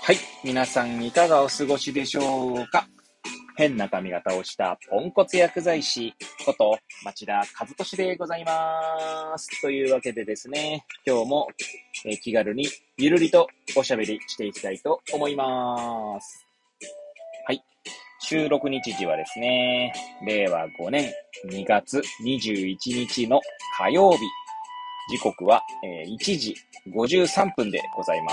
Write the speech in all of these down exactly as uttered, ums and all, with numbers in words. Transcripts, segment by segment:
はい。皆さんいかがお過ごしでしょうか。変な髪型をしたポンコツ薬剤師こと町田和俊でございます。というわけでですね、今日も、えー気軽にゆるりとおしゃべりしていきたいと思います。はい。収録日時はですね、れいわごねんにがつにじゅういちにちの火曜日。時刻は、えーいちじごじゅうさんぷんでございます。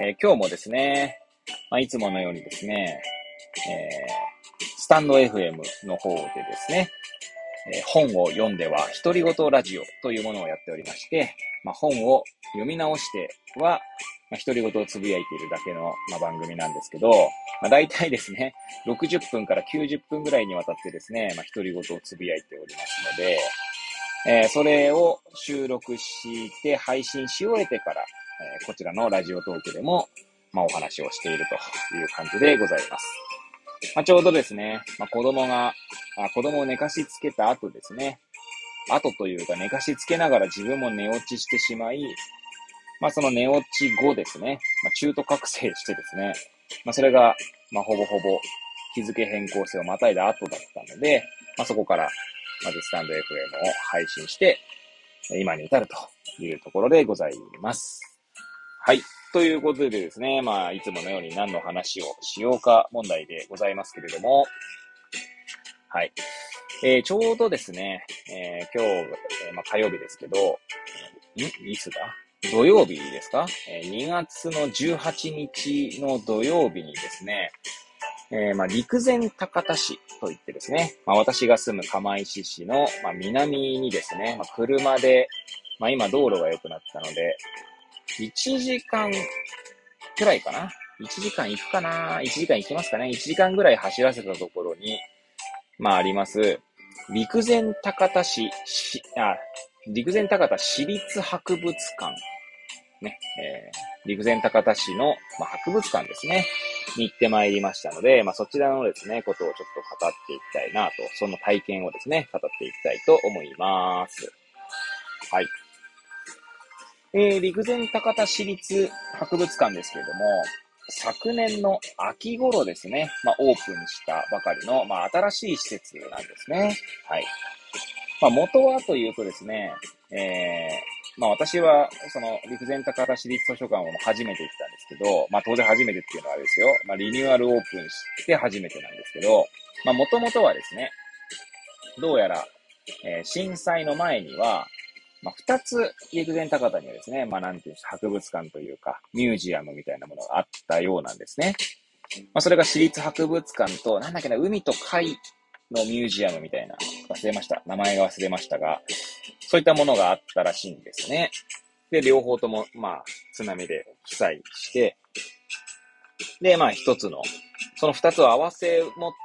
えー今日もですね、まあ、いつものようにですね、えースタンド エフエム の方でですね、えー本を読んでは独り言ラジオというものをやっておりまして、まあ、本を読み直しては、まあ、独り言をつぶやいているだけの、まあ、番組なんですけど、まあ、大体ですね、ろくじゅっぷんからきゅうじゅっぷんぐらいにわたってですね、まあ、独り言をつぶやいておりますので、えーそれを収録して配信し終えてから、えーこちらのラジオトークでも、まあ、お話をしているという感じでございます。まあ、ちょうどですね、まあ、子供が、あ子供を寝かしつけた後ですね、後というか寝かしつけながら自分も寝落ちしてしまい、まあ、その寝落ち後ですね、まあ、中途覚醒してですね、まあ、それが、まあ、ほぼほぼ日付変更性をまたいだ後だったので、まあ、そこから、まずスタンド エフエム を配信して、今に至るというところでございます。はい。ということでですね、まあ、いつものように何の話をしようか問題でございますけれども、はい。えー、ちょうどですね、えー今日、えーまあ、火曜日ですけど、んいつだ土曜日ですか、えー、にがつのじゅうはちにちの土曜日にですね、えーまあ、陸前高田市といってですね、まあ、私が住む釜石市の、まあ、南にですね、まあ、車で、まあ、今道路が良くなったので、いちじかんくらいかな ?いち 時間行くかな ?いち 時間行きますかね ?いち 時間ぐらい走らせたところに、まああります、陸前高田市、しあ、陸前高田市立博物館。ね、えー、陸前高田市の、まあ、博物館ですね。に行ってまいりましたので、まあそちらのですね、ことをちょっと語っていきたいなと、その体験をですね、語っていきたいと思います。はい。えー、陸前高田市立博物館ですけれども、昨年の秋頃ですね、まあ、オープンしたばかりの、まあ、新しい施設なんですね。はい。まあ、元はというとですね、えー、まあ、私は、その、陸前高田市立図書館を初めて行ったんですけど、まあ、当然初めてっていうのはあれですよ。まあ、リニューアルオープンして初めてなんですけど、まあ、元々はですね、どうやら、えー震災の前には、まあ、二つ、陸前高田にはですね、まあ、なんていうんですか、博物館というか、ミュージアムみたいなものがあったようなんですね。まあ、それが市立博物館と、なんだっけな、海と貝のミュージアムみたいな、忘れました。名前が忘れましたが、そういったものがあったらしいんですね。で、両方とも、まあ、津波で被災して、で、まあ、一つの、その二つを合わせ持った、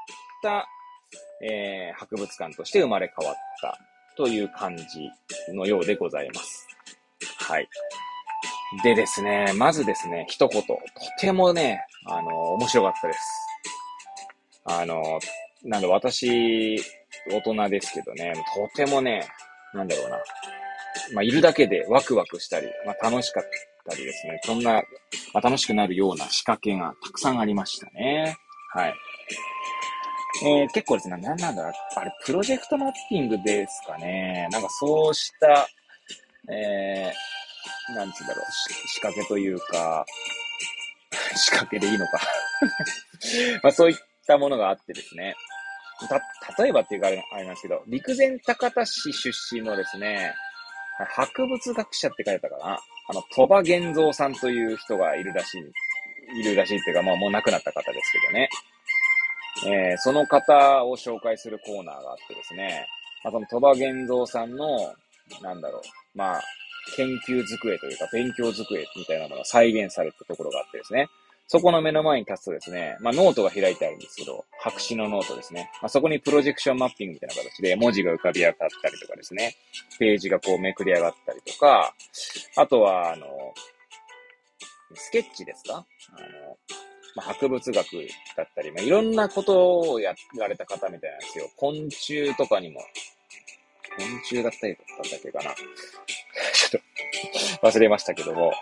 えー、博物館として生まれ変わったという感じのようでございます。はい。でですね、まずですね、一言。とてもね、あの、面白かったです。あの、なんだ、私、大人ですけどね、とてもね、なんだろうな。まあ、いるだけでワクワクしたり、まあ、楽しかったりですね、そんな、まあ、楽しくなるような仕掛けがたくさんありましたね。はい。えー、結構ですね、なんなんだ、あれ、プロジェクトマッピングですかね。なんかそうした、えー、なんつうんだろう、仕掛けというか、仕掛けでいいのかまあそういったものがあってですね。た、例えばっていうかあれあれなんですけど、陸前高田市出身のですね、博物学者って書いたかな。あの、鳥羽源三さんという人がいるらしい、いるらしいっていうか、まあもう亡くなった方ですけどね。えー、その方を紹介するコーナーがあってですね、まあ、その鳥羽源三さんの、なんだろう、まあ、研究机というか勉強机みたいなものが再現されたところがあってですね、そこの目の前に立つとですね、まあノートが開いてあるんですけど、白紙のノートですね。まあそこにプロジェクションマッピングみたいな形で文字が浮かび上がったりとかですね、ページがこうめくり上がったりとか、あとは、あの、スケッチですかあの、まあ、博物学だったり、まあ、いろんなことをやられた方みたいなんですよ。昆虫とかにも、昆虫だったりだったっけかな。ちょっと忘れましたけども。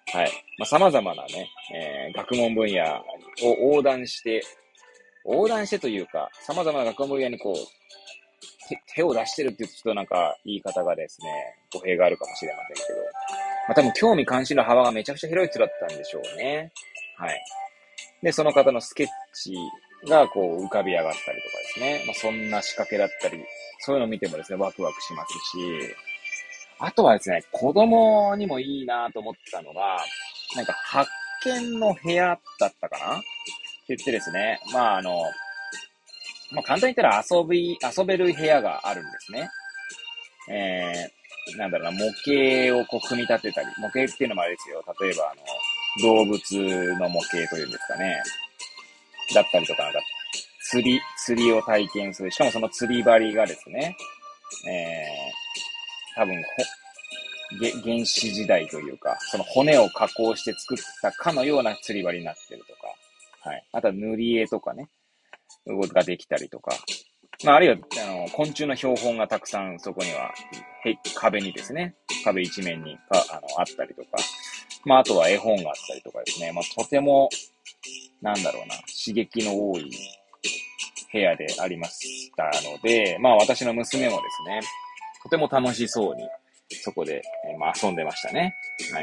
はい。まあ、様々なね、えー、学問分野を横断して、横断してというか、様々な学問分野にこう、手手を出してるって言うとちょっとなんか言い方がですね、語弊があるかもしれませんけど、まあ、多分興味関心の幅がめちゃくちゃ広い人だったんでしょうね。はい。で、その方のスケッチがこう浮かび上がったりとかですね。まあ、そんな仕掛けだったり、そういうのを見てもですね、ワクワクしますし、あとはですね、子供にもいいなと思ったのが、なんか発見の部屋だったかなって言ってですね、まああの、まあ簡単に言ったら遊び、遊べる部屋があるんですね。えー、なんだろうな、模型をこう組み立てたり、模型っていうのもあれですよ。例えばあの、動物の模型というんですかね。だったりとか、なんか、釣り、釣りを体験する。しかもその釣り針がですね、えー、多分げ、原始時代というか、その骨を加工して作ったかのような釣り針になってるとか、はい。あとは塗り絵とかね、ができたりとか、まあ、あるいは、あの、昆虫の標本がたくさんそこには、へ壁にですね、壁一面にかあのあったりとか、まあ、あとは絵本があったりとかですね、まあ、とても、なんだろうな、刺激の多い部屋でありましたので、まあ、私の娘もですね、とても楽しそうに、そこで、えーまあ、遊んでましたね。はい。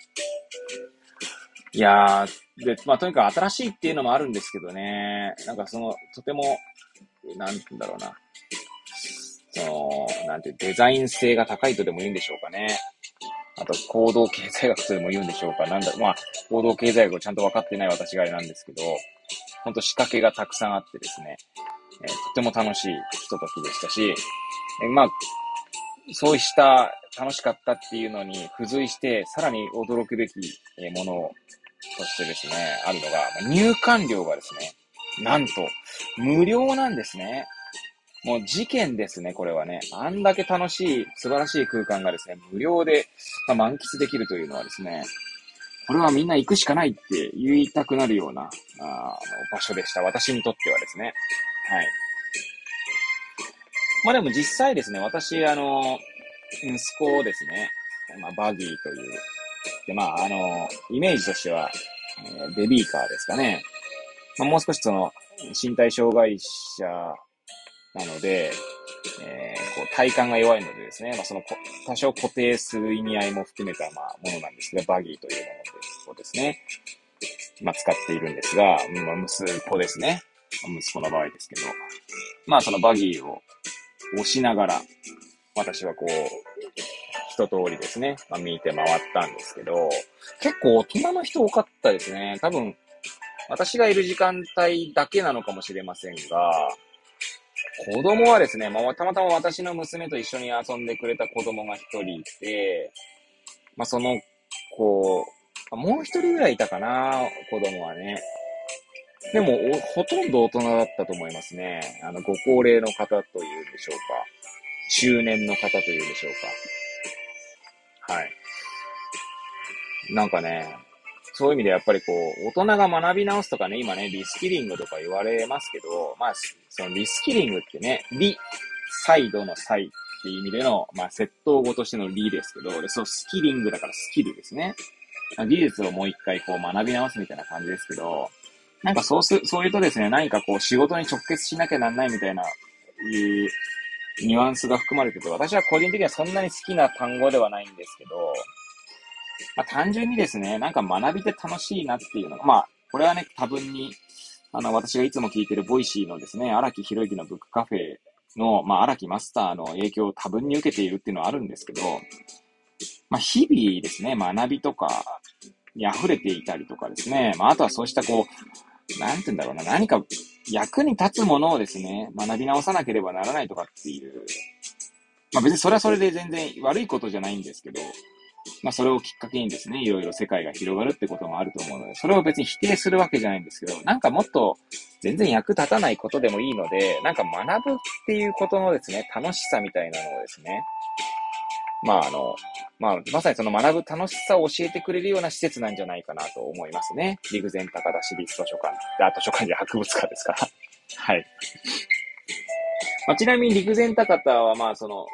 いやー、で、まあ、とにかく新しいっていうのもあるんですけどね、なんかその、とても、なんて言うんだろうな、その、なんて、デザイン性が高いとでも言うんでしょうかね。あと、行動経済学とでも言うんでしょうか。なんだ、まあ、行動経済学をちゃんと分かってない私があれなんですけど、ほんと仕掛けがたくさんあってですね、えーとても楽しいひとときでしたし、えーまあ、そうした楽しかったっていうのに付随して、さらに驚くべきものとしてですね、あるのが、入館料がですね、なんと、無料なんですね。もう事件ですね、これはね。あんだけ楽しい、素晴らしい空間がですね、無料で、まあ、満喫できるというのはですね、これはみんな行くしかないって言いたくなるような、あの場所でした。私にとってはですね。はい。まあでも実際ですね、私、あの、息子をですね、まあ、バギーという、で、まあ、あの、イメージとしては、えーベビーカーですかね。まあ、もう少しその、身体障害者なので、えーこう体幹が弱いのでですね、まあ、その多少固定する意味合いも含めた、まあ、ものなんですが、バギーというものをですね、まあ、使っているんですが、まあ、息子ですね。息子の場合ですけど、まあ、そのバギーを押しながら、私はこう、一通りですね、まあ、見て回ったんですけど、結構大人の人多かったですね。多分、私がいる時間帯だけなのかもしれませんが、子供はですね、まあ、たまたま私の娘と一緒に遊んでくれた子供が一人いて、まあ、その子、もう一人ぐらいいたかな、子供はね。でも、ほとんど大人だったと思いますね。あの、ご高齢の方というんでしょうか。中年の方というんでしょうか。はい。なんかね、そういう意味でやっぱりこう、大人が学び直すとかね、今ね、リスキリングとか言われますけど、まあ、そのリスキリングってね、リ、サイドのサイっていう意味での、まあ、窃盗語としてのリですけど、でそう、スキリングだからスキルですね。技術をもう一回こう学び直すみたいな感じですけど、なんかそうす、そういうとですね、何かこう仕事に直結しなきゃなんないみたいな、いうニュアンスが含まれてて、私は個人的にはそんなに好きな単語ではないんですけど、まあ、単純にですね、なんか学びて楽しいなっていうのが、まあ、これはね、多分に、あの、私がいつも聞いてるボイシーのですね、荒木博之のブックカフェの、まあ、荒木マスターの影響を多分に受けているっていうのはあるんですけど、まあ、日々ですね、学びとかに溢れていたりとかですね、まあ、あとはそうしたこう、なんて言うんだろうな、何か役に立つものをですね、学び直さなければならないとかっていう、まあ別にそれはそれで全然悪いことじゃないんですけど、まあそれをきっかけにですね、いろいろ世界が広がるってこともあると思うので、それを別に否定するわけじゃないんですけど、なんかもっと全然役立たないことでもいいので、なんか学ぶっていうことのですね、楽しさみたいなのをですね、まああの、まあまさにその学ぶ楽しさを教えてくれるような施設なんじゃないかなと思いますね。陸前高田市立図書館、あ、図書館じゃ博物館ですから。はい。まあ、ちなみに陸前高田はまあその、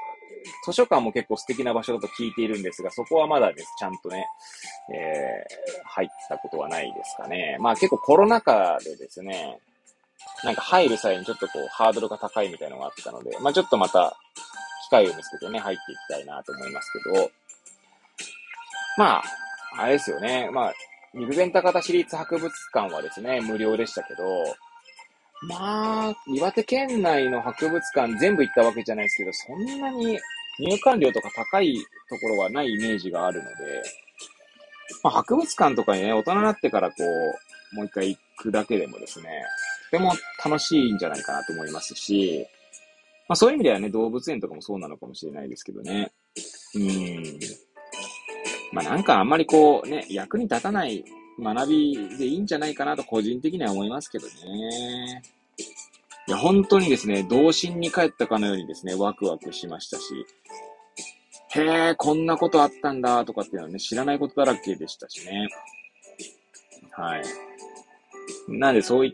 図書館も結構素敵な場所だと聞いているんですが、そこはまだです、ちゃんとね、えー、入ったことはないですかね。まあ結構コロナ禍でですね、なんか入る際にちょっとこうハードルが高いみたいなのがあったので、まあちょっとまた機会を見つけてね、入っていきたいなと思いますけど、まあ、あれですよね。まあ、陸前高田市立博物館はですね、無料でしたけど、まあ、岩手県内の博物館全部行ったわけじゃないですけど、そんなに入館料とか高いところはないイメージがあるので、まあ、博物館とかにね、大人になってからこう、もう一回行くだけでもですね、とても楽しいんじゃないかなと思いますし、まあそういう意味ではね、動物園とかもそうなのかもしれないですけどね。うーん。まあなんかあんまりこうね、役に立たない学びでいいんじゃないかなと個人的には思いますけどね。いや、本当にですね、童心に帰ったかのようにですね、ワクワクしましたし、へえ、こんなことあったんだとかっていうのはね、知らないことだらけでしたしね。はい。なんでそういった、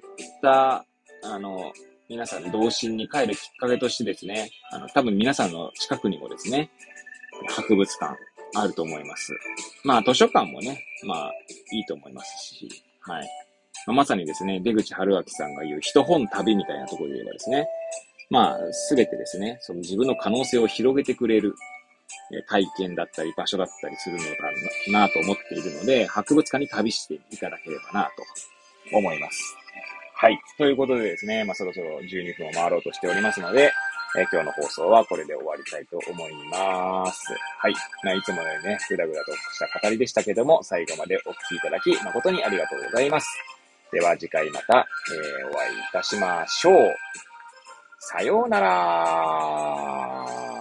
あの、皆さん童心に帰るきっかけとしてですね、あの、多分皆さんの近くにもですね、博物館あると思います。まあ図書館もね、まあいいと思いますし、はい。まあ、まさにですね、出口春明さんが言う一本旅みたいなところで言えばですね、まあすべてですね、その自分の可能性を広げてくれる体験だったり場所だったりするのかなと思っているので、博物館に旅していただければなと思います。はい。ということでですね、まあそろそろじゅうにふんを回ろうとしておりますので、えー、今日の放送はこれで終わりたいと思います。はい。まあ、いつものようにね、ぐだぐだとした語りでしたけども、最後までお聞きいただき誠にありがとうございます。では次回また、えー、お会いいたしましょう。さようなら。